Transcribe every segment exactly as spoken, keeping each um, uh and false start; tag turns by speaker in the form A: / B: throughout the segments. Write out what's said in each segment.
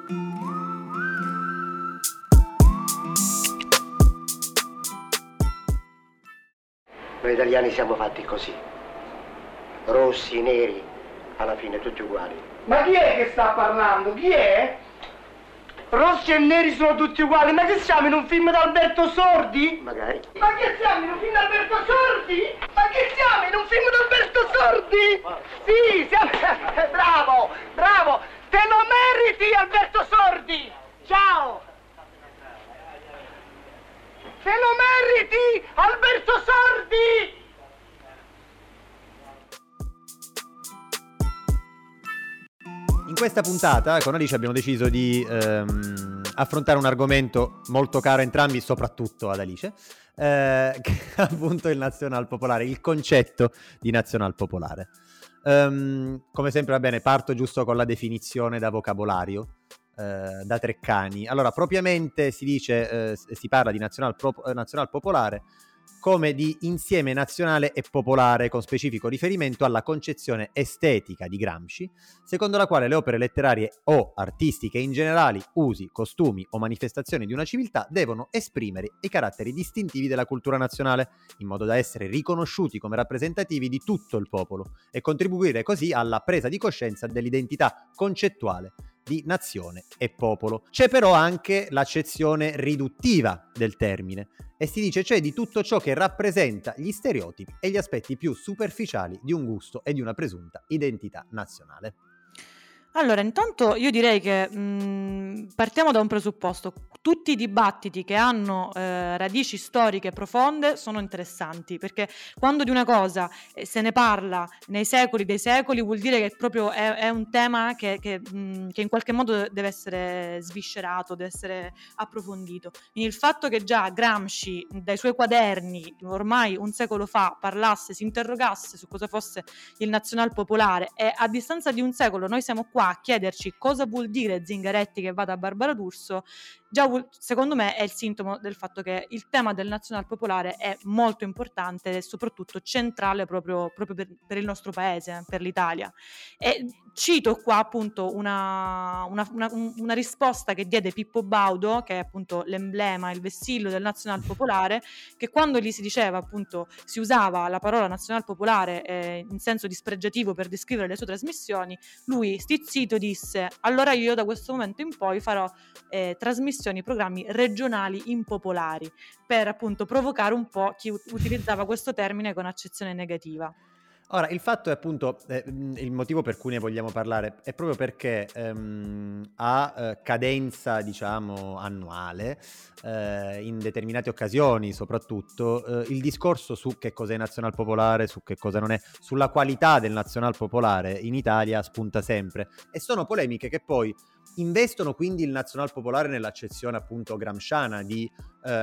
A: Noi italiani siamo fatti così, rossi, neri, alla fine tutti uguali.
B: Ma chi è che sta parlando? Chi è? Rossi e neri sono tutti uguali, ma che siamo in un film d'Alberto Sordi?
A: Magari.
B: Ma che siamo in un film d'Alberto Sordi? Ma che siamo in un film d'Alberto Sordi? Sì, siamo... bravo, bravo, te lo meriti Alberto Sordi! Ciao! Te lo meriti Alberto Sordi!
C: In questa puntata con Alice abbiamo deciso di ehm, affrontare un argomento molto caro a entrambi, soprattutto ad Alice, eh, che è appunto il nazionalpopolare, il concetto di nazionalpopolare. Um, come sempre, va bene, parto giusto con la definizione da vocabolario, eh, da Treccani. Allora, propriamente si dice, eh, si parla di nazionalpro- nazionalpopolare come di insieme nazionale e popolare, con specifico riferimento alla concezione estetica di Gramsci, secondo la quale le opere letterarie o artistiche in generali, usi, costumi o manifestazioni di una civiltà devono esprimere i caratteri distintivi della cultura nazionale, in modo da essere riconosciuti come rappresentativi di tutto il popolo e contribuire così alla presa di coscienza dell'identità concettuale di nazione e popolo. C'è però anche l'accezione riduttiva del termine, e si dice cioè di tutto ciò che rappresenta gli stereotipi e gli aspetti più superficiali di un gusto e di una presunta identità nazionale.
D: Allora, intanto io direi che mh, partiamo da un presupposto. Tutti i dibattiti che hanno eh, radici storiche profonde sono interessanti, perché quando di una cosa eh, se ne parla nei secoli dei secoli, vuol dire che proprio è, è un tema che, che, mh, che in qualche modo deve essere sviscerato, deve essere approfondito. Quindi il fatto che già Gramsci dai suoi quaderni ormai un secolo fa parlasse, si interrogasse su cosa fosse il nazionalpopolare, e a distanza di un secolo noi siamo qua a chiederci cosa vuol dire Zingaretti che vada a Barbara D'Urso, già vuol, secondo me è il sintomo del fatto che il tema del nazionalpopolare è molto importante e soprattutto centrale proprio, proprio per, per il nostro paese, per l'Italia. E cito qua appunto una, una, una, una risposta che diede Pippo Baudo, che è appunto l'emblema, il vessillo del nazionalpopolare, che quando gli si diceva appunto, si usava la parola nazionalpopolare eh, in senso dispregiativo per descrivere le sue trasmissioni, lui stizzito disse: allora io da questo momento in poi farò eh, trasmissioni, programmi regionali impopolari, per appunto provocare un po' chi ut- utilizzava questo termine con accezione negativa.
C: Ora, il fatto è appunto, eh, il motivo per cui ne vogliamo parlare è proprio perché ehm, a eh, cadenza, diciamo, annuale, eh, in determinate occasioni soprattutto, eh, il discorso su che cos'è nazionalpopolare, su che cosa non è, sulla qualità del nazionalpopolare in Italia spunta sempre, e sono polemiche che poi investono quindi il nazionalpopolare nell'accezione appunto gramsciana di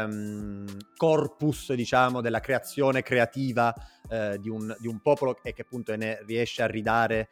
C: um, corpus, diciamo, della creazione creativa eh, di, un, di un popolo, e che appunto ne riesce a ridare,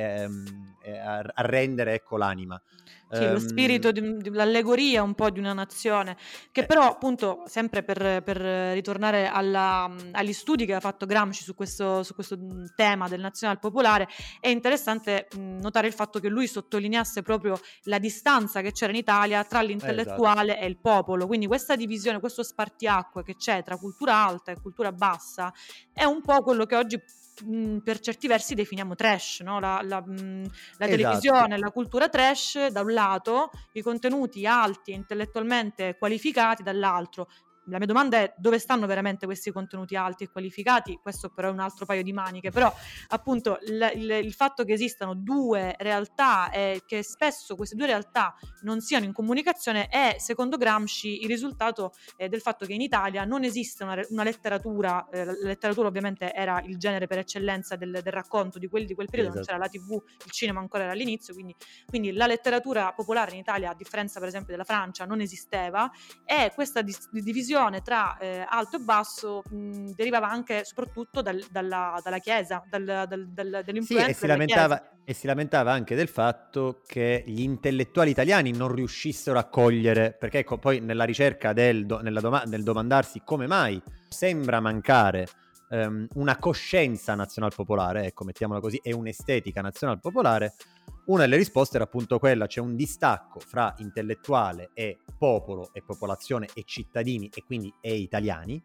C: ehm, a, a rendere, ecco, l'anima.
D: Sì, lo spirito di, di l'allegoria un po' di una nazione, che però appunto, sempre per, per ritornare alla, agli studi che ha fatto Gramsci su questo, su questo tema del nazionalpopolare, è interessante mh, notare il fatto che lui sottolineasse proprio la distanza che c'era in Italia tra l'intellettuale esatto. e il popolo, quindi questa divisione, questo spartiacque che c'è tra cultura alta e cultura bassa è un po' quello che oggi mh, per certi versi definiamo trash, no? La, la, mh, la
C: esatto.
D: televisione, la cultura trash da un lato, i contenuti alti e intellettualmente qualificati dall'altro. La mia domanda è: dove stanno veramente questi contenuti alti e qualificati? Questo però è un altro paio di maniche, però appunto il, il, il fatto che esistano due realtà e che spesso queste due realtà non siano in comunicazione è, secondo Gramsci, il risultato eh, del fatto che in Italia non esiste una, una letteratura, eh, la letteratura ovviamente era il genere per eccellenza del, del racconto di quel, di quel periodo, esatto. Non c'era la tivù, il cinema ancora era all'inizio, quindi, quindi la letteratura popolare in Italia, a differenza per esempio della Francia, non esisteva, e questa dis- divisione tra eh, alto e basso mh, derivava anche soprattutto dal, dalla, dalla Chiesa, dal, dal, dal, dall'influenza
C: sì, e si
D: della
C: lamentava,
D: Chiesa.
C: E si lamentava anche del fatto che gli intellettuali italiani non riuscissero a cogliere, perché ecco, poi nella ricerca del, do, nella doma- nel domandarsi come mai sembra mancare um, una coscienza nazionalpopolare, ecco, mettiamola così, e un'estetica nazionalpopolare, Una delle risposte era appunto quella: c'è un distacco fra intellettuale e popolo e popolazione e cittadini e quindi e italiani,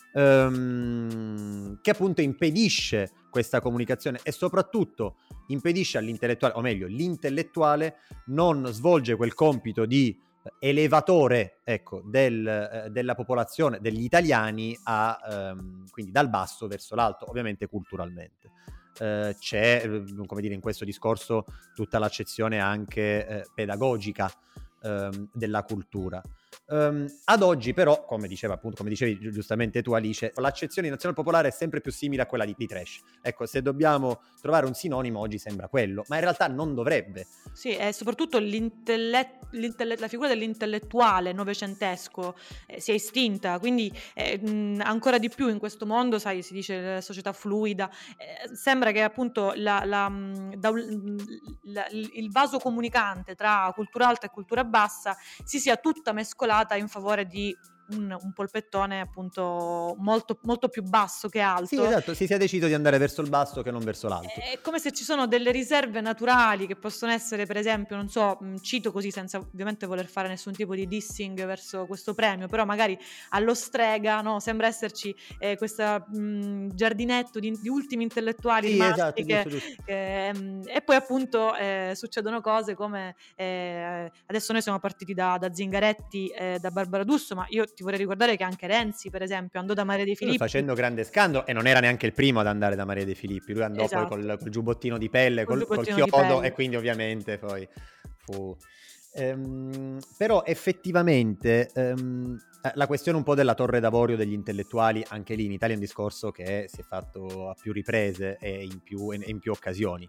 C: ehm, che appunto impedisce questa comunicazione e soprattutto impedisce all'intellettuale, o meglio l'intellettuale non svolge quel compito di elevatore, ecco, del, eh, della popolazione, degli italiani, a, ehm, quindi dal basso verso l'alto, ovviamente culturalmente. Eh, c'è, come dire, in questo discorso tutta l'accezione anche eh, pedagogica ehm, della cultura. Um, ad oggi però, come diceva appunto, come dicevi gi- giustamente tu Alice, l'accezione di nazionale popolare è sempre più simile a quella di, di trash. Ecco, se dobbiamo trovare un sinonimo oggi sembra quello, ma in realtà non dovrebbe.
D: Sì, e soprattutto l'intellet- l'intelle- la figura dell'intellettuale novecentesco eh, si è estinta, quindi eh, mh, ancora di più in questo mondo, sai, si dice eh, società fluida, eh, sembra che appunto la- la, mh, da un- la- il il vaso comunicante tra cultura alta e cultura bassa si sia tutta mescolata in favore di un, un polpettone appunto molto, molto più basso che alto.
C: Sì, esatto, si sia deciso di andare verso il basso che non verso l'alto.
D: È come se ci sono delle riserve naturali che possono essere, per esempio, non so, mh, cito così senza ovviamente voler fare nessun tipo di dissing verso questo premio, però magari allo Strega, no, sembra esserci eh, questo giardinetto di, di ultimi intellettuali
C: Sì,
D: rimasti
C: esatto,
D: che,
C: giusto, giusto.
D: che, mh, e poi appunto eh, succedono cose come eh, adesso noi siamo partiti da, da Zingaretti, eh, da Barbara D'Urso, ma io ti vorrei ricordare che anche Renzi, per esempio, andò da Maria De Filippi
C: Facendo grande scandalo, e non era neanche il primo ad andare da Maria De Filippi. Lui andò
D: Esatto.
C: poi col, col giubbottino di pelle,
D: Col
C: col, col
D: giubbottino di
C: chiodo,
D: pelle.
C: e quindi ovviamente poi fu... Ehm, però effettivamente ehm, eh, la questione un po' della torre d'avorio degli intellettuali, anche lì in Italia è un discorso che si è fatto a più riprese e in più, e in più occasioni.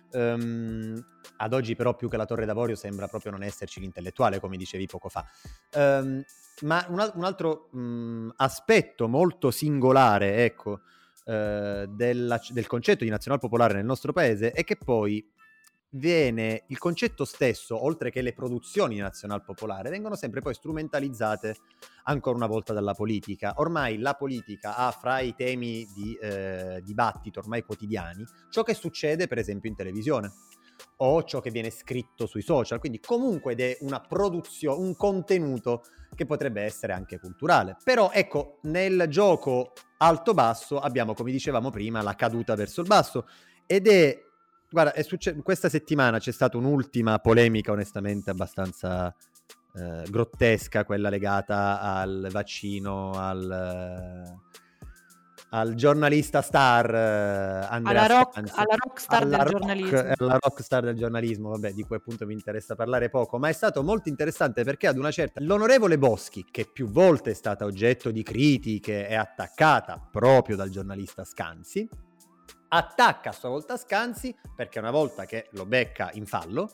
C: Um, ad oggi però più che la torre d'avorio sembra proprio non esserci l'intellettuale, come dicevi poco fa. Um, ma un, al- un altro um, aspetto molto singolare, ecco, uh, della- del concetto di nazionalpopolare nel nostro paese è che poi viene il concetto stesso, oltre che le produzioni di nazionalpopolare, vengono sempre poi strumentalizzate ancora una volta dalla politica. Ormai la politica ha fra i temi di eh, dibattito ormai quotidiani ciò che succede per esempio in televisione o ciò che viene scritto sui social, quindi comunque ed è una produzione, un contenuto che potrebbe essere anche culturale. Però ecco, nel gioco alto-basso abbiamo, come dicevamo prima, la caduta verso il basso, ed è guarda, è succe- questa settimana c'è stata un'ultima polemica onestamente abbastanza eh, grottesca, quella legata al vaccino, al, al giornalista star eh, Andrea
D: alla rock,
C: Scanzi.
D: alla rockstar
C: alla
D: del
C: rock,
D: giornalismo.
C: alla rockstar del giornalismo, vabbè, di cui appunto mi interessa parlare poco, ma è stato molto interessante perché ad una certa l'onorevole Boschi, che più volte è stata oggetto di critiche e attaccata proprio dal giornalista Scanzi, attacca a sua volta Scanzi perché una volta che lo becca in fallo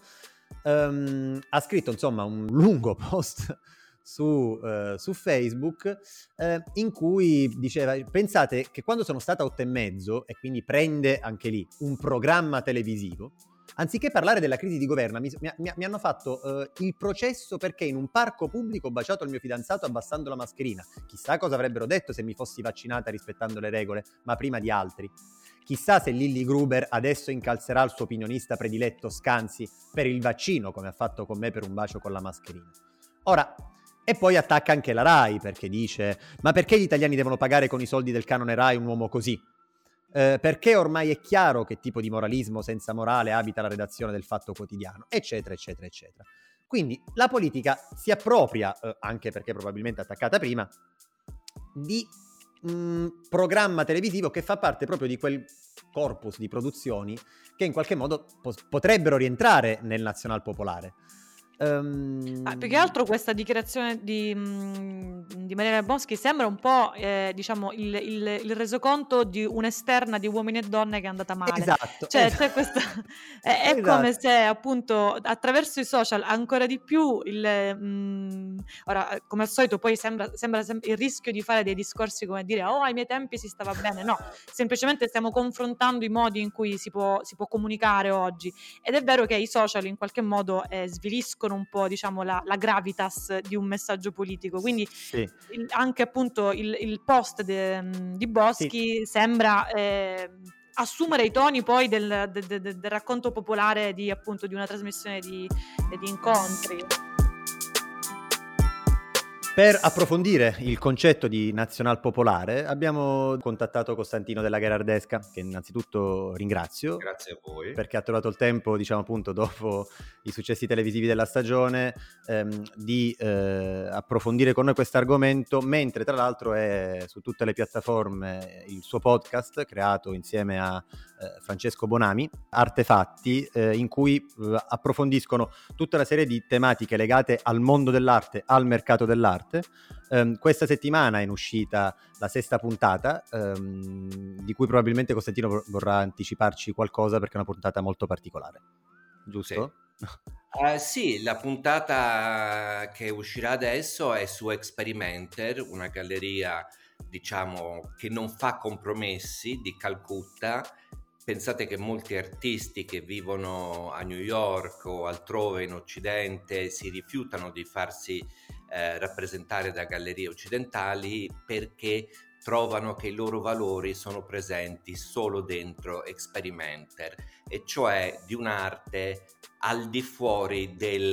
C: um, ha scritto insomma un lungo post su, uh, su Facebook uh, in cui diceva: pensate che quando sono stata a otto e mezzo, e quindi prende anche lì un programma televisivo, anziché parlare della crisi di governo mi, mi, mi hanno fatto uh, il processo perché in un parco pubblico ho baciato il mio fidanzato abbassando la mascherina. Chissà cosa avrebbero detto se mi fossi vaccinata rispettando le regole, ma prima di altri. Chissà se Lilli Gruber adesso incalzerà il suo opinionista prediletto Scanzi per il vaccino, come ha fatto con me per un bacio con la mascherina. Ora, e poi attacca anche la Rai, perché dice: ma perché gli italiani devono pagare con i soldi del canone Rai un uomo così? Eh, perché ormai è chiaro che tipo di moralismo senza morale abita la redazione del Fatto Quotidiano, eccetera, eccetera, eccetera. Quindi la politica si appropria, eh, anche perché probabilmente attaccata prima, di un programma televisivo che fa parte proprio di quel corpus di produzioni che in qualche modo po- potrebbero rientrare nel nazionalpopolare. Um...
D: Ah, più che altro questa dichiarazione di, mh, di Mariana Boschi sembra un po' eh, diciamo il, il, il resoconto di un'esterna di Uomini e Donne che è andata male.
C: Esatto,
D: cioè
C: esatto.
D: c'è questa è, è
C: Esatto.
D: come se appunto attraverso i social ancora di più il mh, ora come al solito poi sembra, sembra sem- il rischio di fare dei discorsi come dire: oh, ai miei tempi si stava bene. No, semplicemente stiamo confrontando i modi in cui si può, si può comunicare oggi, ed è vero che i social in qualche modo eh, sviliscono un po', diciamo, la, la gravitas di un messaggio politico, quindi
C: sì.
D: il, anche appunto il, il post de, di Boschi sì. sembra eh, assumere i toni poi del, del, del, del racconto popolare di appunto di una trasmissione di, di incontri.
C: Per approfondire il concetto di nazionalpopolare abbiamo contattato Costantino della Gherardesca, che innanzitutto ringrazio.
E: Grazie a voi.
C: Perché ha trovato il tempo, diciamo appunto, dopo i successi televisivi della stagione, ehm, di eh, approfondire con noi questo argomento, mentre tra l'altro è su tutte le piattaforme il suo podcast, creato insieme a eh, Francesco Bonami, Artefatti, eh, in cui eh, approfondiscono tutta una serie di tematiche legate al mondo dell'arte, al mercato dell'arte. Um, questa settimana è in uscita la sesta puntata, um, di cui probabilmente Costantino vor- vorrà anticiparci qualcosa, perché è una puntata molto particolare, giusto?
E: Sì. Uh, sì, la puntata che uscirà adesso è su Experimenter, una galleria, diciamo, che non fa compromessi, di Calcutta. Pensate che molti artisti che vivono a New York o altrove in Occidente si rifiutano di farsi eh, rappresentare da gallerie occidentali perché trovano che i loro valori sono presenti solo dentro Experimenter, e cioè di un'arte al di fuori del,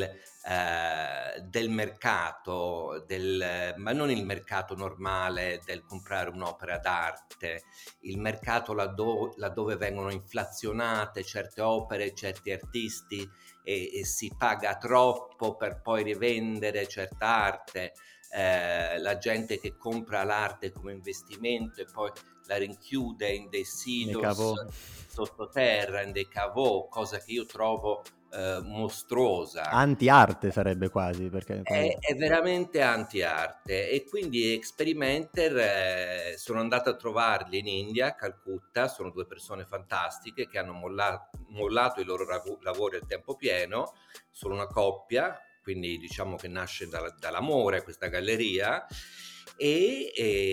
E: eh, del mercato, del, ma non il mercato normale del comprare un'opera d'arte, il mercato laddove, laddove vengono inflazionate certe opere, certi artisti, e, e si paga troppo per poi rivendere certa arte. Eh, la gente che compra l'arte come investimento e poi la rinchiude in dei silos sottoterra, in dei caveau, cosa che io trovo eh, mostruosa.
C: Anti-arte sarebbe quasi, perché
E: è, è veramente anti-arte. E quindi Experimenter, eh, sono andato a trovarli in India, a Calcutta. Sono due persone fantastiche che hanno mollato, mollato i loro rav- lavori a tempo pieno. Sono una coppia, quindi diciamo che nasce da, dall'amore questa galleria, e,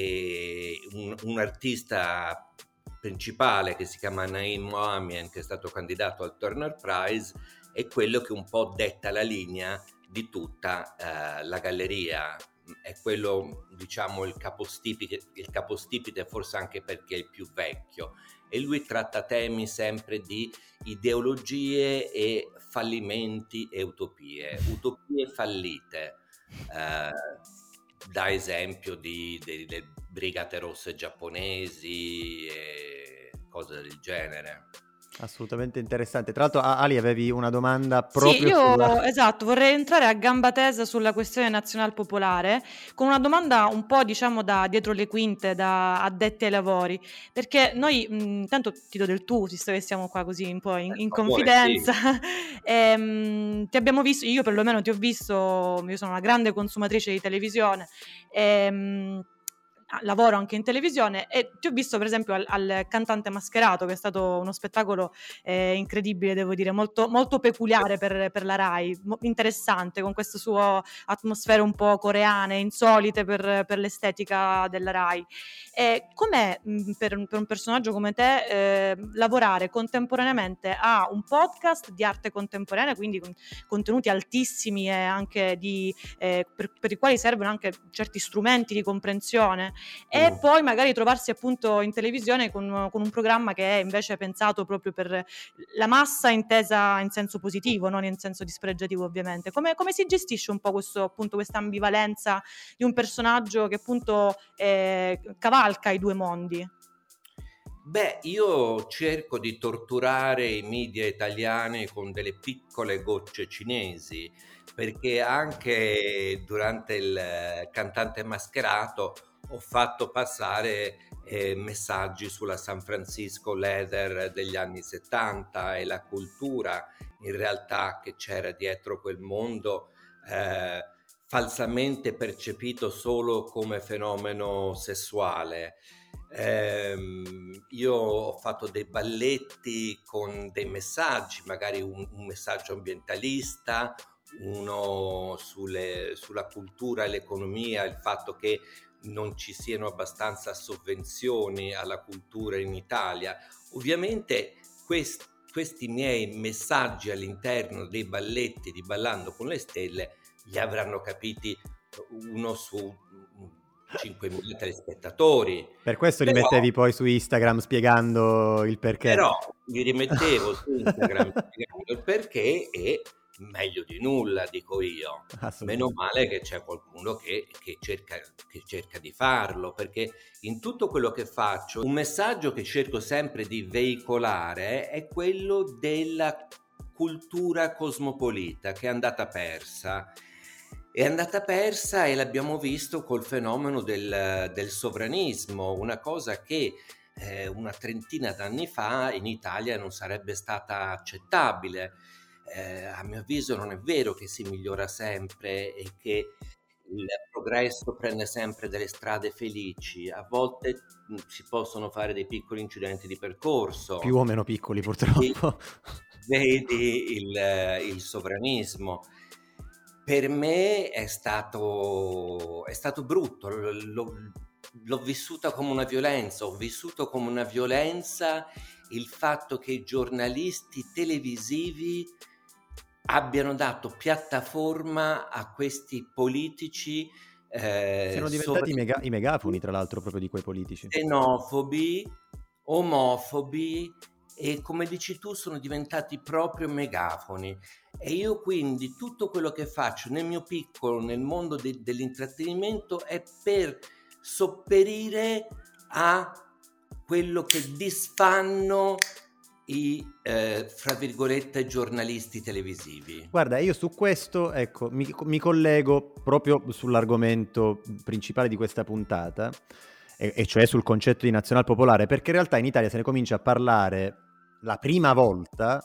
E: e un, un artista principale che si chiama Naim Mohammed, che è stato candidato al Turner Prize, è quello che un po' detta la linea di tutta eh, la galleria. È quello, diciamo, il capostipite, il capostipite forse anche perché è il più vecchio, e lui tratta temi sempre di ideologie e fallimenti e utopie, utopie fallite. Eh, dà esempio di, delle brigate rosse giapponesi e cose del genere.
C: Assolutamente interessante. Tra l'altro, Ali, avevi una domanda proprio
D: sì, io,
C: sulla...
D: esatto, vorrei entrare a gamba tesa sulla questione nazionalpopolare con una domanda un po', diciamo, da dietro le quinte, da addetti ai lavori, perché noi, mh, intanto ti do del tu, visto che siamo qua così un po' in, in confidenza, sì. e, mh, ti abbiamo visto, io perlomeno ti ho visto, io sono una grande consumatrice di televisione, e, mh, lavoro anche in televisione, e ti ho visto per esempio al, al Cantante Mascherato, che è stato uno spettacolo eh, incredibile, devo dire, molto, molto peculiare per, per la Rai, mo- interessante, con queste sue atmosfere un po' coreane, insolite per, per l'estetica della Rai. E com'è mh, per, per un personaggio come te eh, lavorare contemporaneamente a un podcast di arte contemporanea, quindi con contenuti altissimi e anche di, eh, per, per i quali servono anche certi strumenti di comprensione, e mm. poi magari trovarsi appunto in televisione con, con un programma che è invece pensato proprio per la massa, intesa in senso positivo, non in senso dispregiativo ovviamente. Come, come si gestisce un po' questo, appunto, questa ambivalenza di un personaggio che appunto eh, cavalca i due mondi?
E: Beh, io cerco di torturare i media italiani con delle piccole gocce cinesi, perché anche durante il Cantante Mascherato ho fatto passare eh, messaggi sulla San Francisco Leather degli anni settanta e la cultura in realtà che c'era dietro quel mondo, eh, falsamente percepito solo come fenomeno sessuale. Eh, io ho fatto dei balletti con dei messaggi, magari un, un messaggio ambientalista, uno sulle, sulla cultura e l'economia, il fatto che non ci siano abbastanza sovvenzioni alla cultura in Italia. Ovviamente quest, questi miei messaggi all'interno dei balletti di Ballando con le Stelle li avranno capiti uno su cinquemila telespettatori.
C: Per questo li
E: Però-
C: mettevi poi su Instagram spiegando il perché.
E: Però li rimettevo su Instagram spiegando il perché e meglio di nulla, dico io.
C: Assolutamente.
E: Meno male che c'è qualcuno che, che cerca, che cerca di farlo, perché in tutto quello che faccio, un messaggio che cerco sempre di veicolare è quello della cultura cosmopolita che è andata persa. È andata persa e l'abbiamo visto col fenomeno del, del sovranismo, una cosa che eh, una trentina d'anni fa in Italia non sarebbe stata accettabile. Eh, a mio avviso non è vero che si migliora sempre e che il progresso prende sempre delle strade felici. A volte mh, si possono fare dei piccoli incidenti di percorso.
C: Più o meno piccoli, purtroppo.
E: Vedi il, il sovranismo. Per me è stato, è stato brutto, l'ho, l'ho vissuta come una violenza, ho vissuto come una violenza il fatto che i giornalisti televisivi abbiano dato piattaforma a questi politici eh,
C: Sono diventati
E: sovra-
C: i, mega- i megafoni, tra l'altro, proprio di quei politici.
E: xenofobi, omofobi e, come dici tu, sono diventati proprio megafoni. E io quindi tutto quello che faccio nel mio piccolo, nel mondo de- dell'intrattenimento, è per sopperire a quello che disfanno i, eh, fra virgolette, giornalisti televisivi.
C: Guarda, io su questo, ecco, mi, mi collego proprio sull'argomento principale di questa puntata, e, e cioè sul concetto di nazionalpopolare, perché in realtà in Italia se ne comincia a parlare la prima volta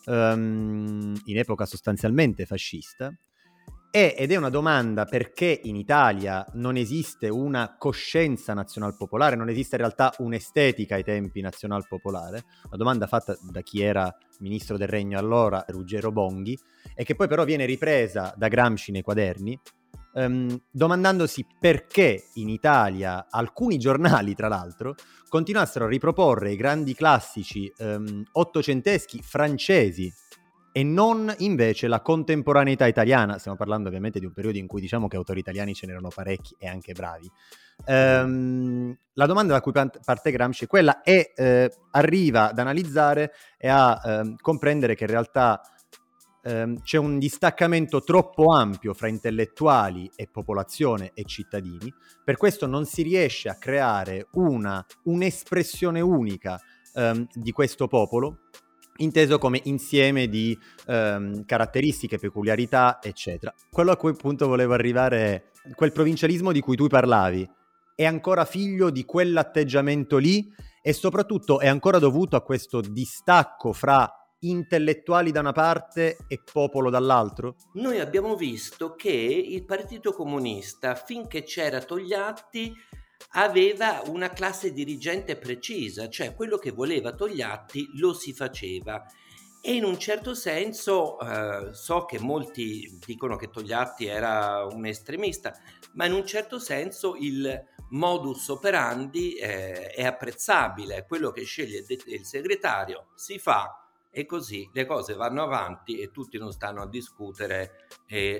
C: um, in epoca sostanzialmente fascista, e, ed è una domanda perché in Italia non esiste una coscienza nazionalpopolare, non esiste in realtà un'estetica ai tempi nazionalpopolare, una domanda fatta da chi era ministro del Regno allora, Ruggero Bonghi, e che poi però viene ripresa da Gramsci nei quaderni, um, domandandosi perché in Italia alcuni giornali, tra l'altro, continuassero a riproporre i grandi classici um, ottocenteschi francesi e non invece la contemporaneità italiana. Stiamo parlando ovviamente di un periodo in cui diciamo che autori italiani ce n'erano parecchi e anche bravi. Ehm, la domanda da cui parte Gramsci è quella e eh, arriva ad analizzare e a eh, comprendere che in realtà ehm, c'è un distaccamento troppo ampio fra intellettuali e popolazione e cittadini. Per questo non si riesce a creare una, un'espressione unica ehm, di questo popolo, inteso come insieme di ehm, caratteristiche, peculiarità, eccetera. Quello a cui appunto volevo arrivare è quel provincialismo di cui tu parlavi. È ancora figlio di quell'atteggiamento lì e soprattutto è ancora dovuto a questo distacco fra intellettuali da una parte e popolo dall'altro?
E: Noi abbiamo visto che il Partito Comunista, finché c'era Togliatti, aveva una classe dirigente precisa, cioè quello che voleva Togliatti lo si faceva. E in un certo senso eh, so che molti dicono che Togliatti era un estremista, ma in un certo senso il modus operandi eh, è apprezzabile, quello che sceglie il, il segretario si fa e così le cose vanno avanti e tutti non stanno a discutere e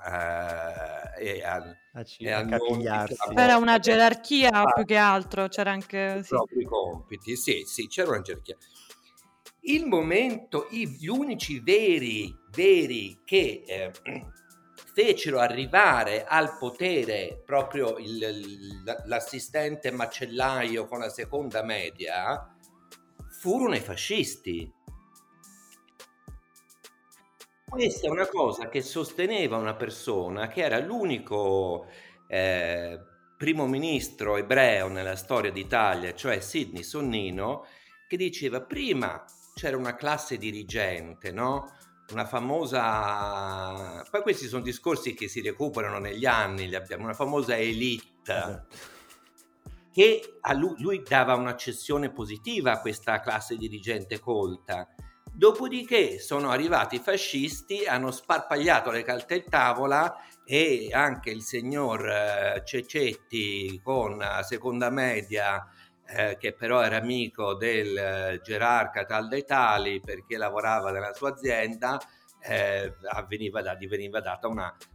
E: a, uh, e a,
C: a, c-
E: e
C: a
E: a
C: capigliarsi.
D: C'era una gerarchia più che altro, c'era anche
E: i
D: sì.
E: propri compiti, sì, sì, c'era una gerarchia. Il momento, i, gli unici veri, veri che eh, fecero arrivare al potere proprio il, l'assistente macellaio con la seconda media furono i fascisti. Questa è una cosa che sosteneva una persona che era l'unico eh, primo ministro ebreo nella storia d'Italia, cioè Sidney Sonnino, che diceva prima c'era una classe dirigente, no? Una famosa... Poi questi sono discorsi che si recuperano negli anni, li abbiamo, una famosa elite, che a lui, lui dava un'accezione positiva a questa classe dirigente colta. Dopodiché sono arrivati i fascisti, hanno sparpagliato le carte in tavola e anche il signor eh, Cecetti con la seconda media, eh, che però era amico del eh, gerarca tal dei tali perché lavorava nella sua azienda, eh, avveniva da, diveniva data una,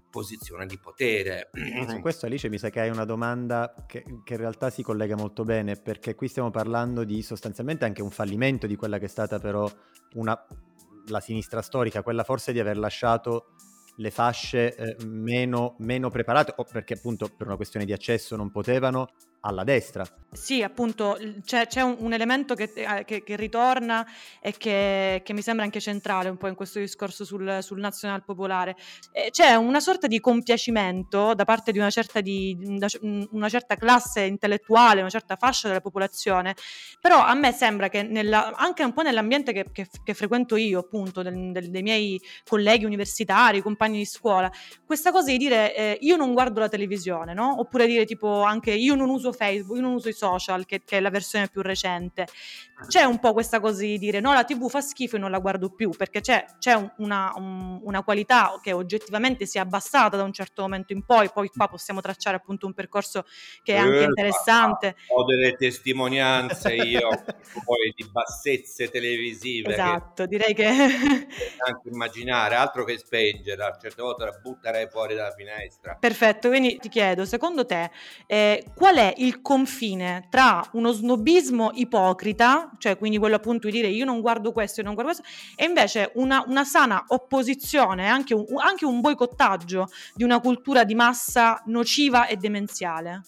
E: posizione di potere.
C: Su questo, Alice, mi sa che hai una domanda che, che in realtà si collega molto bene, perché qui stiamo parlando di sostanzialmente anche un fallimento di quella che è stata però una, la sinistra storica, quella forse di aver lasciato le fasce eh, meno, meno preparate, o perché appunto per una questione di accesso non potevano, alla destra.
D: Sì, appunto, c'è, c'è un, un elemento che, eh, che, che ritorna e che, che mi sembra anche centrale un po' in questo discorso sul, sul nazional popolare. Eh, c'è una sorta di compiacimento da parte di una certa, di, una certa classe intellettuale, una certa fascia della popolazione, però a me sembra che nella, anche un po' nell'ambiente che, che, che frequento io, appunto, del, del, dei miei colleghi universitari, compagni di scuola, questa cosa di dire eh, io non guardo la televisione, no? Oppure dire tipo anche io non uso Facebook, io non uso i social, che, che è la versione più recente. C'è un po' questa cosa di dire no, la tivù fa schifo e non la guardo più, perché c'è, c'è un, una, un, una qualità che oggettivamente si è abbassata da un certo momento in poi, poi qua possiamo tracciare appunto un percorso che è anche
E: eh,
D: interessante.
E: Ho delle testimonianze io poi di bassezze televisive.
D: Esatto,
E: che
D: direi che
E: anche immaginare, altro che spengere, a certe volte la butterei fuori dalla finestra.
D: Perfetto, quindi ti chiedo, secondo te eh, qual è il confine tra uno snobismo ipocrita, cioè quindi quello appunto di dire io non guardo questo, io non guardo questo, e invece una, una sana opposizione, anche un, anche un boicottaggio di una cultura di massa nociva e demenziale?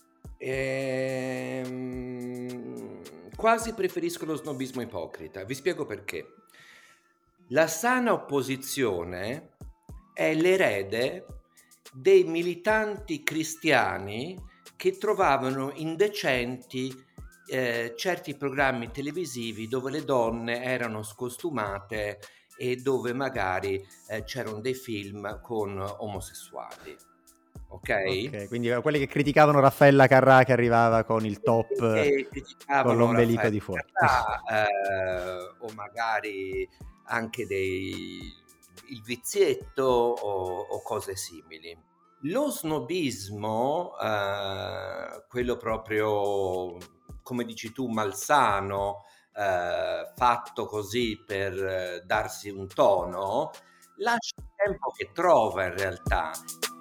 E: Ehm, quasi preferisco lo snobismo ipocrita, vi spiego perché. La sana opposizione è l'erede dei militanti cristiani che trovavano indecenti eh, certi programmi televisivi dove le donne erano scostumate e dove magari eh, c'erano dei film con omosessuali. Okay?
C: Ok, quindi quelli che criticavano Raffaella Carrà che arrivava con il top con l'ombelico
E: Raffaella
C: di fuori.
E: Carrà, eh, o magari anche dei il vizietto o, o cose simili. Lo snobismo, eh, quello proprio, come dici tu, malsano, eh, fatto così per eh, darsi un tono, lascia il tempo che trova in realtà.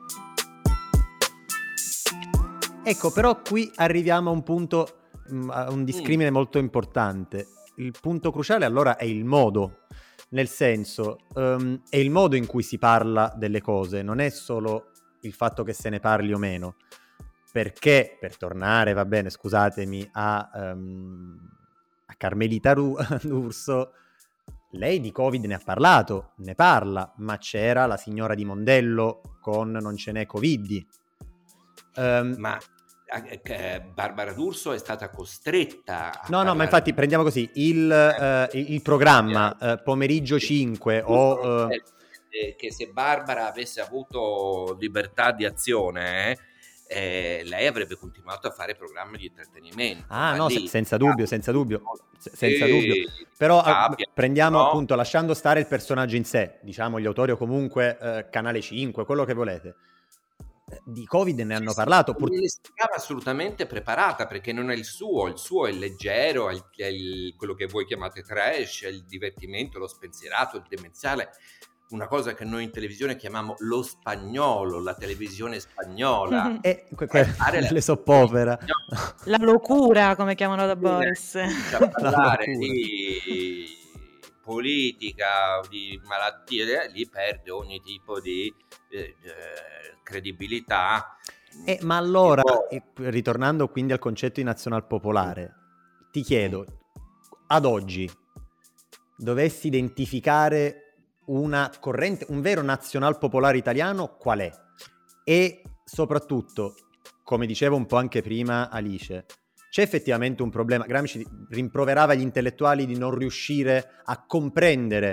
C: Ecco, però qui arriviamo a un punto, a un discrimine mm. molto importante. Il punto cruciale allora è il modo, nel senso um, è il modo in cui si parla delle cose, non è solo il fatto che se ne parli o meno, perché per tornare, va bene, scusatemi, a, um, a Carmelita D'Urso, lei di Covid ne ha parlato, ne parla, ma c'era la signora di Mondello con Non ce n'è Covid.
E: Um, ma eh, Barbara D'Urso è stata costretta a
C: no no ma infatti prendiamo così il, eh, il programma eh, pomeriggio cinque o
E: eh, che se Barbara avesse avuto libertà di azione eh, lei avrebbe continuato a fare programmi di intrattenimento.
C: Ah no, lì, senza dubbio senza dubbio senza e... dubbio però abbia, prendiamo no? appunto, lasciando stare il personaggio in sé, diciamo gli autori o comunque eh, Canale cinque, quello che volete, di Covid ne hanno parlato.
E: Pur... Ne stava assolutamente preparata, perché non è il suo, il suo è il leggero, è, il, è il, quello che voi chiamate trash, è il divertimento, lo spensierato, il demenziale, una cosa che noi in televisione chiamiamo lo spagnolo, la televisione spagnola.
C: E que- que- le soppopera.
D: La locura, come chiamano da Boris.
E: A parlare di politica, di malattie, lì perde ogni tipo di eh, credibilità.
C: Eh, ma allora, poi... ritornando quindi al concetto di nazionalpopolare, ti chiedo, ad oggi, dovessi identificare una corrente, un vero nazionalpopolare italiano, qual è? E soprattutto, come dicevo un po' anche prima Alice, c'è effettivamente un problema. Gramsci rimproverava gli intellettuali di non riuscire a comprendere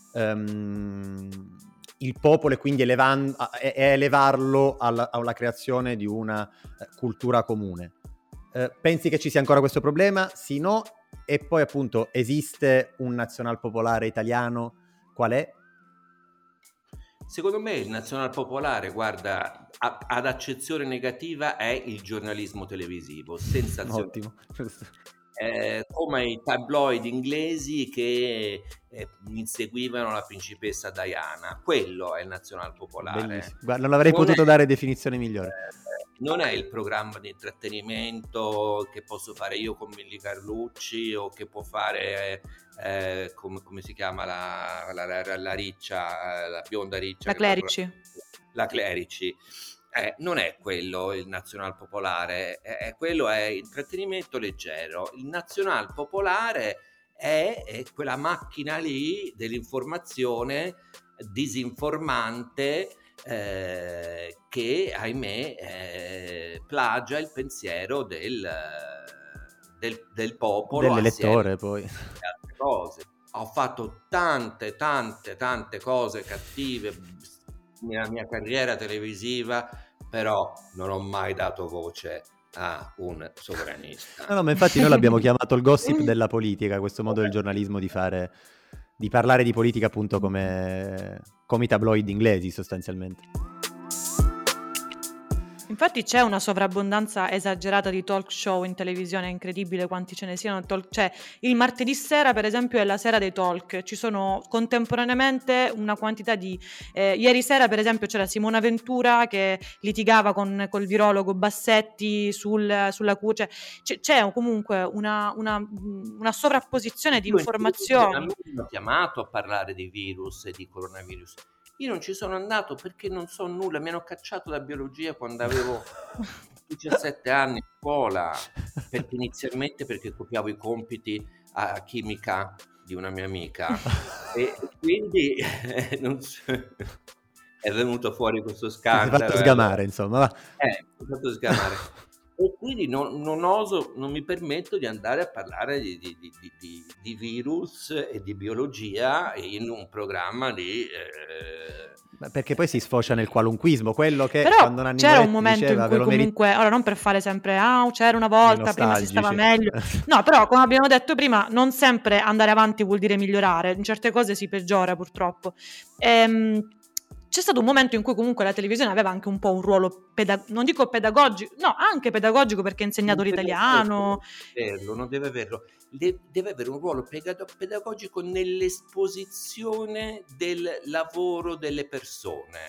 C: um, il popolo e quindi elevan- e elevarlo alla, alla creazione di una cultura comune. Uh, pensi che ci sia ancora questo problema? Sì, no? E poi appunto esiste un nazionalpopolare italiano? Qual è?
E: Secondo me il nazionalpopolare, guarda, a, ad accezione negativa è il giornalismo televisivo, sensazione.
C: Ottimo.
E: eh, come i tabloid inglesi che eh, inseguivano la principessa Diana. Quello è il nazionalpopolare.
C: Bellissimo. Guarda, non avrei
E: Non
C: potuto
E: è-
C: dare definizione migliore.
E: eh, non è il programma di intrattenimento che posso fare io con Milly Carlucci o che può fare eh, come, come si chiama la, la, la, la riccia, eh, la bionda riccia.
D: La
E: che fa il
D: Clerici.
E: programma- La Clerici. Eh, non è quello il nazionalpopolare, è, è- quello è intrattenimento leggero. Il nazionalpopolare è, è quella macchina lì dell'informazione disinformante eh, che, ahimè, eh, plagia il pensiero del, del, del popolo
C: Dell'elettore
E: assieme
C: poi.
E: a altre cose. Ho fatto tante, tante, tante cose cattive nella mia carriera televisiva, però non ho mai dato voce a un sovranista.
C: No, no, ma infatti noi l'abbiamo chiamato il gossip della politica, questo modo del giornalismo di fare, di parlare di politica appunto come, come i tabloid inglesi sostanzialmente.
D: Infatti c'è una sovrabbondanza esagerata di talk show in televisione, è incredibile quanti ce ne siano. Talk- cioè, il martedì sera, per esempio, è la sera dei talk, ci sono contemporaneamente una quantità di... eh, ieri sera, per esempio, c'era Simona Ventura che litigava con col virologo Bassetti sul, sulla cura. Cioè, c'è, c'è comunque una, una, una sovrapposizione di
E: Io in televisione a
D: informazioni.
E: me mi hanno chiamato a parlare di virus e di coronavirus. Io non ci sono andato perché non so nulla, mi hanno cacciato da biologia quando avevo diciassette anni a scuola, perché inizialmente perché copiavo i compiti a chimica di una mia amica e quindi eh, non so, è venuto fuori questo
C: Si è fatto
E: scandalo.
C: sgamare, insomma, va.
E: Eh, mi ha fatto sgamare. E quindi non, non oso, non mi permetto di andare a parlare di, di, di, di, di virus e di biologia in un programma di... Eh,
C: Ma perché poi si sfocia nel qualunquismo, quello che
D: Però
C: quando Nanni
D: c'era un
C: Moretti
D: momento
C: diceva
D: in
C: ve
D: cui
C: lo merite.
D: comunque, ora non per fare sempre, ah, c'era una volta, prima si stava
C: nostalgici.
D: meglio. No, però come abbiamo detto prima, non sempre andare avanti vuol dire migliorare, in certe cose si peggiora purtroppo. Ehm, c'è stato un momento in cui comunque la televisione aveva anche un po' un ruolo, peda- non dico pedagogico, no, anche pedagogico perché ha insegnato
E: non deve
D: l'italiano.
E: averlo, non deve averlo, De- deve avere un ruolo pega- pedagogico nell'esposizione del lavoro delle persone,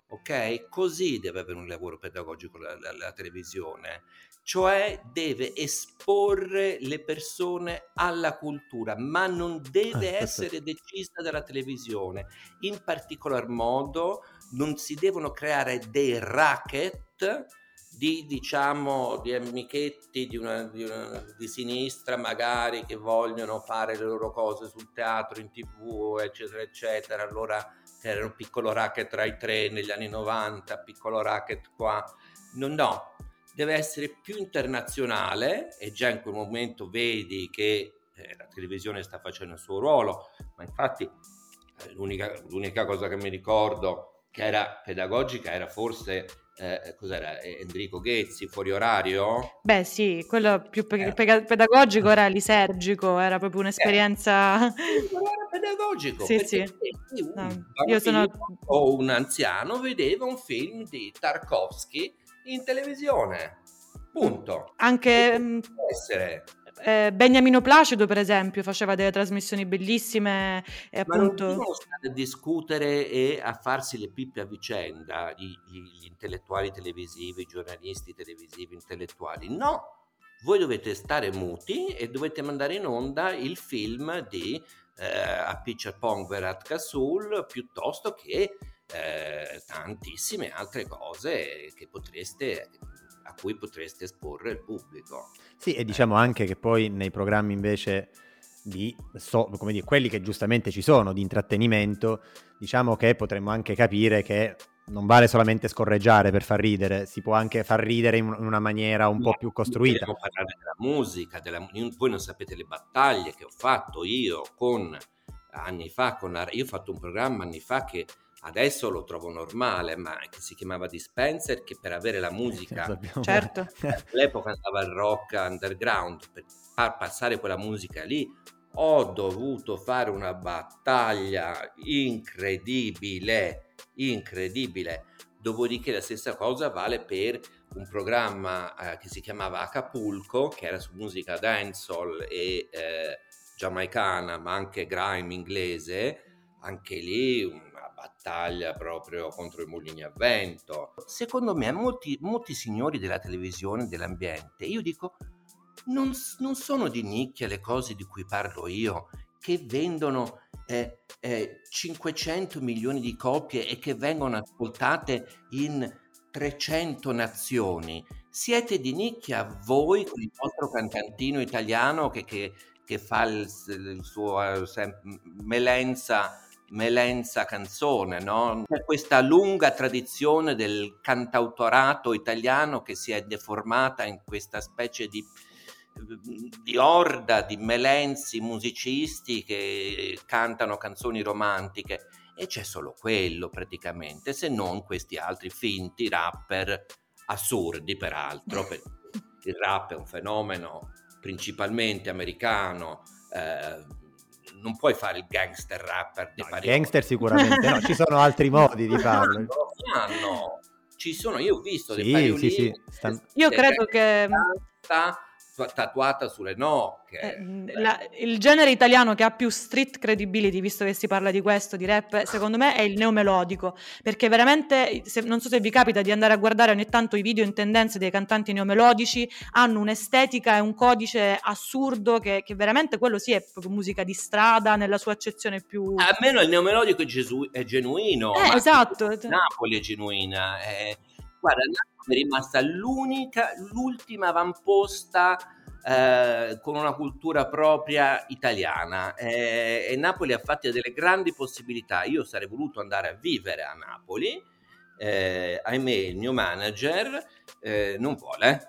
E: ok? Così deve avere un lavoro pedagogico la, la- la televisione, cioè deve esporre le persone alla cultura, ma non deve
C: Ah, questo-
E: essere decisa dalla televisione. In particolar modo non si devono creare dei racket di, diciamo, di amichetti di, una, di, una, di sinistra magari che vogliono fare le loro cose sul teatro, in tv, eccetera eccetera. Allora c'era un piccolo racket Rai tre negli anni novanta, piccolo racket qua. No, no, deve essere più internazionale e già in quel momento vedi che eh, la televisione sta facendo il suo ruolo, ma infatti eh, l'unica, l'unica cosa che mi ricordo che era pedagogica era forse eh, cos'era Enrico Ghezzi, Fuori Orario?
D: Beh sì, quello più pe-
E: Eh.
D: pe- pedagogico era lisergico, era proprio un'esperienza...
E: Era pedagogico,
D: Sì,
E: perché
D: sì.
E: un
D: No,
E: bambino
D: io sono...
E: o un anziano vedeva un film di Tarkovsky in televisione, punto.
D: Anche
E: E
D: mm,
E: può essere,
D: eh, Beniamino Placido, per esempio, faceva delle trasmissioni bellissime e
E: ma non
D: appunto...
E: devono stare a discutere e a farsi le pippe a vicenda gli, gli- gli intellettuali televisivi, i giornalisti televisivi intellettuali, no, voi dovete stare muti e dovete mandare in onda il film di eh, Apiccia Pong Verat Kasul piuttosto che eh, tantissime altre cose che potreste, a cui potreste esporre il pubblico.
C: Sì, e diciamo anche che poi nei programmi invece di, so, come dire, quelli che giustamente ci sono, di intrattenimento, diciamo che potremmo anche capire che non vale solamente scorreggiare per far ridere, si può anche far ridere in una maniera un po' più costruita.
E: Dobbiamo parlare della musica, della, voi non sapete le battaglie che ho fatto io con anni fa, con la, io ho fatto un programma anni fa che adesso lo trovo normale, ma che si chiamava Dispenser, che per avere la musica,
C: Sappiamo-
D: Certo.
E: all'epoca andava il rock underground, per far passare quella musica lì ho dovuto fare una battaglia incredibile, incredibile, Dopodiché la stessa cosa vale per un programma eh, che si chiamava Acapulco, che era su musica dancehall e eh, giamaicana, ma anche grime inglese. Anche lì una battaglia proprio contro i mulini a vento. Secondo me molti, molti signori della televisione, dell'ambiente, io dico, non, non sono di nicchia le cose di cui parlo io, che vendono eh, eh, cinquecento milioni di copie e che vengono ascoltate in trecento nazioni. Siete di nicchia voi con il vostro cantantino italiano che, che, che fa il, il suo uh, sem- melenza melenza canzone, no? C'è questa lunga tradizione del cantautorato italiano che si è deformata in questa specie di di orda di melenzi musicisti che cantano canzoni romantiche, e c'è solo quello praticamente, se non questi altri finti rapper assurdi peraltro, perché il rap è un fenomeno principalmente americano, eh, non puoi fare il gangster rapper di
C: No,
E: Parigi.
C: gangster sicuramente no, ci sono altri modi di farlo.
E: No, no, ci sono, io ho visto
C: Sì,
E: dei pariolini,
C: sì, sì, sta-
D: Io credo che
E: sta tatuata sulle nocche.
D: eh, la- il genere italiano che ha più street credibility, visto che si parla di questo, di rap, secondo me è il neomelodico, perché veramente, se- non so se vi capita di andare a guardare ogni tanto i video in tendenze dei cantanti neomelodici, hanno un'estetica e un codice assurdo che, che veramente quello sì è proprio musica di strada nella sua accezione più...
E: Almeno il neomelodico è, gesu- è genuino.
D: Eh,
E: ma
D: esatto.
E: Napoli è genuina. eh. Guarda, Napoli è rimasta l'unica, l'ultima avamposta eh, con una cultura propria italiana, eh, e Napoli ha fatto delle grandi possibilità. Io sarei voluto andare a vivere a Napoli, eh, ahimè il mio manager eh, non vuole.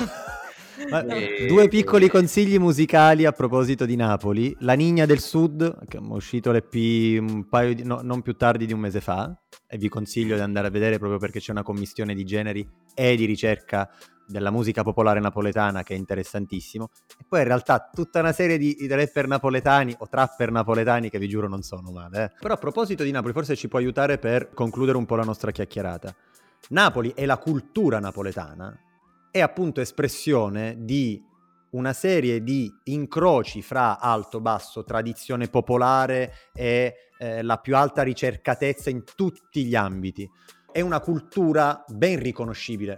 C: Ma,
E: E-
C: due piccoli consigli musicali a proposito di Napoli. La Niña del Sud, che è uscito l'E P un paio di, no, non più tardi di un mese fa, e vi consiglio di andare a vedere proprio perché c'è una commistione di generi e di ricerca della musica popolare napoletana che è interessantissimo. E poi in realtà tutta una serie di, di rapper napoletani o trapper napoletani che vi giuro non sono male. Eh. Però a proposito di Napoli, forse ci può aiutare per concludere un po' la nostra chiacchierata. Napoli e la cultura napoletana è appunto espressione di una serie di incroci fra alto, basso, tradizione popolare e eh, la più alta ricercatezza in tutti gli ambiti. È una cultura ben riconoscibile.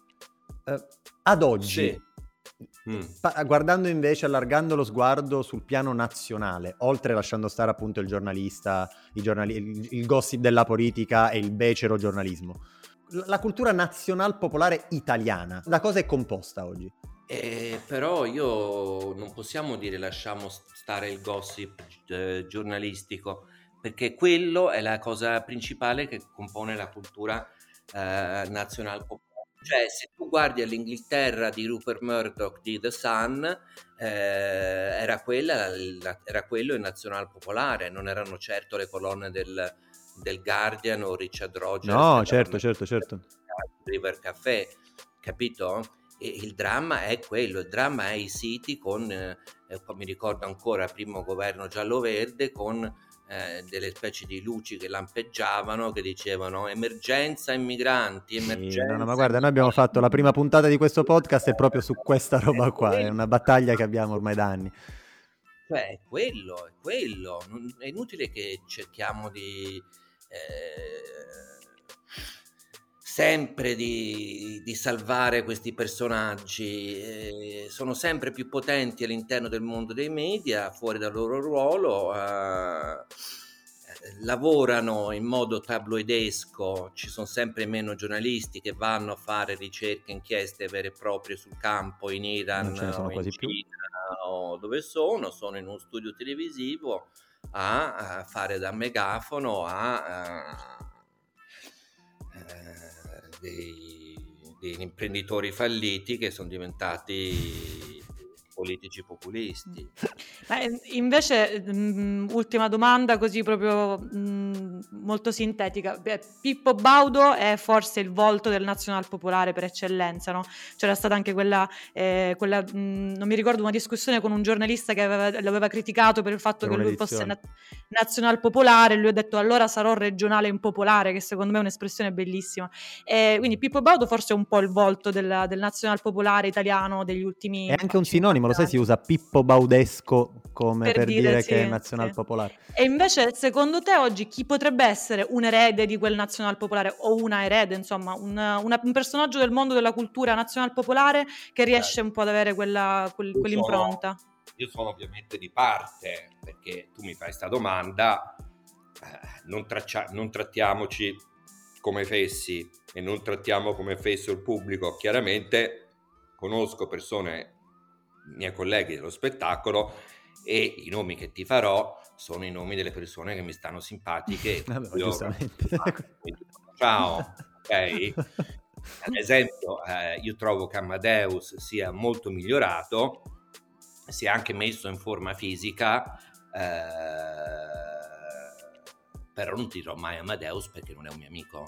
C: Eh, ad oggi,
E: Sì. Mm.
C: pa- guardando invece, allargando lo sguardo sul piano nazionale, oltre lasciando stare appunto il giornalista, i giornali- il, il gossip della politica e il becero giornalismo, la cultura nazional popolare italiana, da cosa è composta oggi?
E: Eh, però io non possiamo dire lasciamo stare il gossip eh, giornalistico, perché quello è la cosa principale che compone la cultura eh, nazionale popolare. Cioè, se tu guardi all'Inghilterra di Rupert Murdoch di The Sun, eh, era, quella, la, era quello il nazional popolare, non erano certo le colonne del, del Guardian o Richard Rogers.
C: No, certo, certo, certo.
E: River Café, capito? E il dramma è quello, il dramma è i siti con, eh, mi ricordo ancora, primo governo giallo-verde, con eh, delle specie di luci che lampeggiavano, che dicevano emergenza immigranti,
C: Sì,
E: emergenza...
C: no, no, ma guarda, noi abbiamo fatto la prima puntata di questo podcast è proprio su questa roba qua, è una battaglia che abbiamo ormai da anni.
E: Cioè, è quello, è quello. Non- è inutile che cerchiamo di... eh, sempre di, di salvare questi personaggi, eh, sono sempre più potenti all'interno del mondo dei media, fuori dal loro ruolo, eh, lavorano in modo tabloidesco, ci sono sempre meno giornalisti che vanno a fare ricerche, inchieste vere e proprie sul campo in Iran
C: Non ce ne sono
E: o in
C: quasi più.
E: Cina o dove sono, sono in uno studio televisivo a, a fare da megafono a... a eh, dei, dei imprenditori falliti che sono diventati politici populisti.
D: Ma eh, invece, mh, ultima domanda, così proprio mh, molto sintetica. Beh, Pippo Baudo è forse il volto del nazionalpopolare per eccellenza, no? C'era stata anche quella, eh, quella mh, non mi ricordo, una discussione con un giornalista che aveva, l'aveva criticato per il fatto
C: Per
D: che lui fosse
C: un'edizione.
D: na- nazionalpopolare, lui ha detto allora sarò regionale impopolare, che secondo me è un'espressione bellissima. Eh, quindi Pippo Baudo forse è un po' il volto del, del nazionalpopolare italiano degli ultimi
C: È anche un
D: cinquanta
C: sinonimo, lo sai, si
D: anni.
C: usa Pippo Baudesco come
D: Per
C: per
D: dire,
C: dire
D: sì,
C: che è
D: sì.
C: nazionalpopolare.
D: E invece, secondo te, oggi chi potrebbe essere un erede di quel nazionalpopolare o una erede, insomma, un, una- un personaggio del mondo della cultura nazionalpopolare che riesce un po' ad avere quella, quel-
E: Io
D: quell'impronta?
E: sono, io sono ovviamente di parte, perché tu mi fai questa domanda, eh, non, traccia- non trattiamoci come fessi e non trattiamo come fesso il pubblico. Chiaramente conosco persone, miei colleghi dello spettacolo, e i nomi che ti farò sono i nomi delle persone che mi stanno simpatiche.
C: Vabbè, ma
E: Io-
C: giustamente.
E: Ciao, ok? Ad esempio, eh, io trovo che Amadeus sia molto migliorato, si è anche messo in forma fisica, eh, però non dirò mai Amadeus perché non è un mio amico.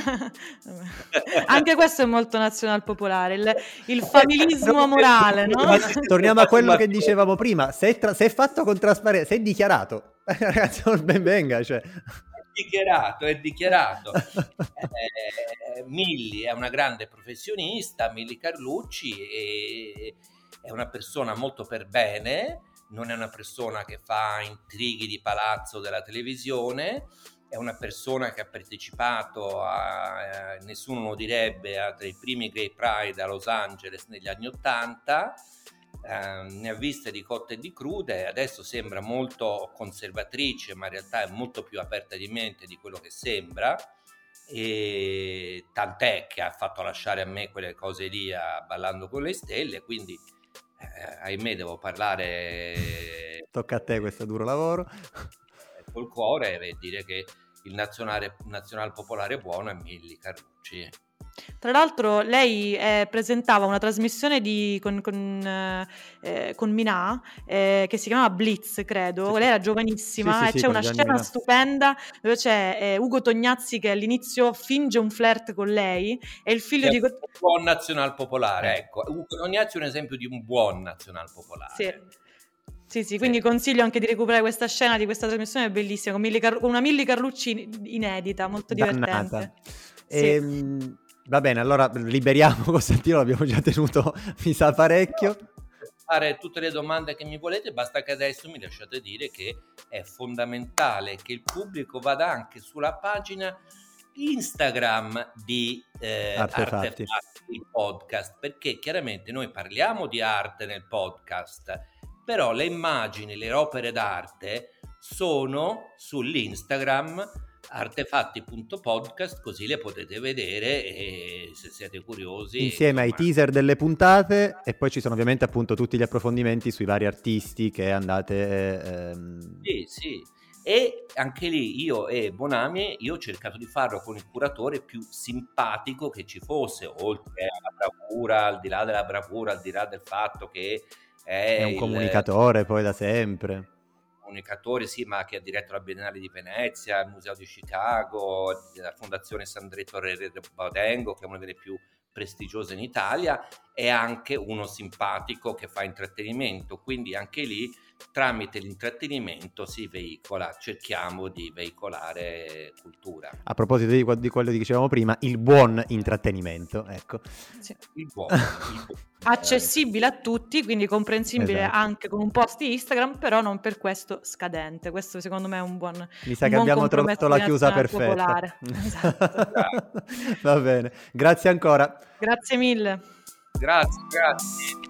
D: Anche questo è molto nazionalpopolare, il, il familismo morale, no?
C: Ma torniamo a quello che dicevamo prima, se è, tra- se è fatto con trasparenza, se è dichiarato, ragazzi, non ben venga, cioè.
E: dichiarato, è dichiarato. eh, Milli è una grande professionista, Milli Carlucci è, è una persona molto per bene, non è una persona che fa intrighi di palazzo della televisione, è una persona che ha partecipato a, eh, nessuno lo direbbe, a dei primi Gay Pride a Los Angeles negli anni Ottanta. Uh, ne ha viste di cotte e di crude, adesso sembra molto conservatrice, ma in realtà è molto più aperta di mente di quello che sembra, e tant'è che ha fatto lasciare a me quelle cose lì a Ballando con le stelle, quindi eh, ahimè devo parlare
C: Tocca a te questo duro lavoro.
E: col cuore e dire che il nazionale, nazional popolare buono è Milli Carlucci.
D: Tra l'altro lei eh, presentava una trasmissione di, con, con, eh, con Minà eh, che si chiamava Blitz, credo.
C: Sì,
D: lei era giovanissima
C: sì, sì,
D: e
C: sì,
D: c'è
C: con
D: una
C: Gianni
D: scena
C: Minà.
D: stupenda dove c'è eh, Ugo Tognazzi che all'inizio finge un flirt con lei e il figlio
E: È
D: di...
E: un buon nazional popolare,
C: Eh.
E: ecco. Ugo Tognazzi è un esempio di un buon nazional popolare.
D: Sì. Sì, sì, quindi consiglio anche di recuperare questa scena di questa trasmissione, è bellissima, con, Milli Car- con una Milli Carlucci inedita, molto
C: Dannata.
D: divertente. Sì.
C: Ehm, va bene, allora liberiamo Costantino, l'abbiamo già tenuto, mi sa, parecchio.
E: Fare tutte le domande che mi volete, basta che adesso mi lasciate dire che è fondamentale che il pubblico vada anche sulla pagina Instagram di eh,
C: Artefatti.
E: Artefatti, il podcast, perché chiaramente noi parliamo di arte nel podcast, però le immagini, le opere d'arte sono sull'Instagram artefatti punto podcast, così le potete vedere e se siete curiosi
C: Insieme ai
E: insomma,
C: teaser delle puntate, e poi ci sono ovviamente appunto tutti gli approfondimenti sui vari artisti che andate ehm...
E: sì, sì. E anche lì io e Bonami, io ho cercato di farlo con il curatore più simpatico che ci fosse, oltre alla bravura, al di là della bravura, al di là del fatto che è,
C: è un
E: il
C: comunicatore poi da sempre.
E: comunicatore, sì, ma che ha diretto la Biennale di Venezia, il Museo di Chicago, la Fondazione Sandretto Re Baudengo, che è una delle più prestigiose in Italia, è anche uno simpatico che fa intrattenimento, quindi anche lì tramite l'intrattenimento si veicola, cerchiamo di veicolare cultura.
C: A proposito di, di quello che dicevamo prima, il buon intrattenimento, ecco.
D: Sì.
E: Il buono, il buono.
D: Accessibile a tutti, quindi comprensibile
C: Esatto.
D: anche con un post Instagram, però non per questo scadente. Questo secondo me è un buon
C: Mi sa
D: un
C: che
D: buon
C: abbiamo
D: compromesso
C: trovato la
D: di
C: chiusa
D: nazional
C: perfetta.
D: popolare. Esatto.
C: Va bene, grazie ancora.
D: Grazie mille.
E: Grazie, grazie.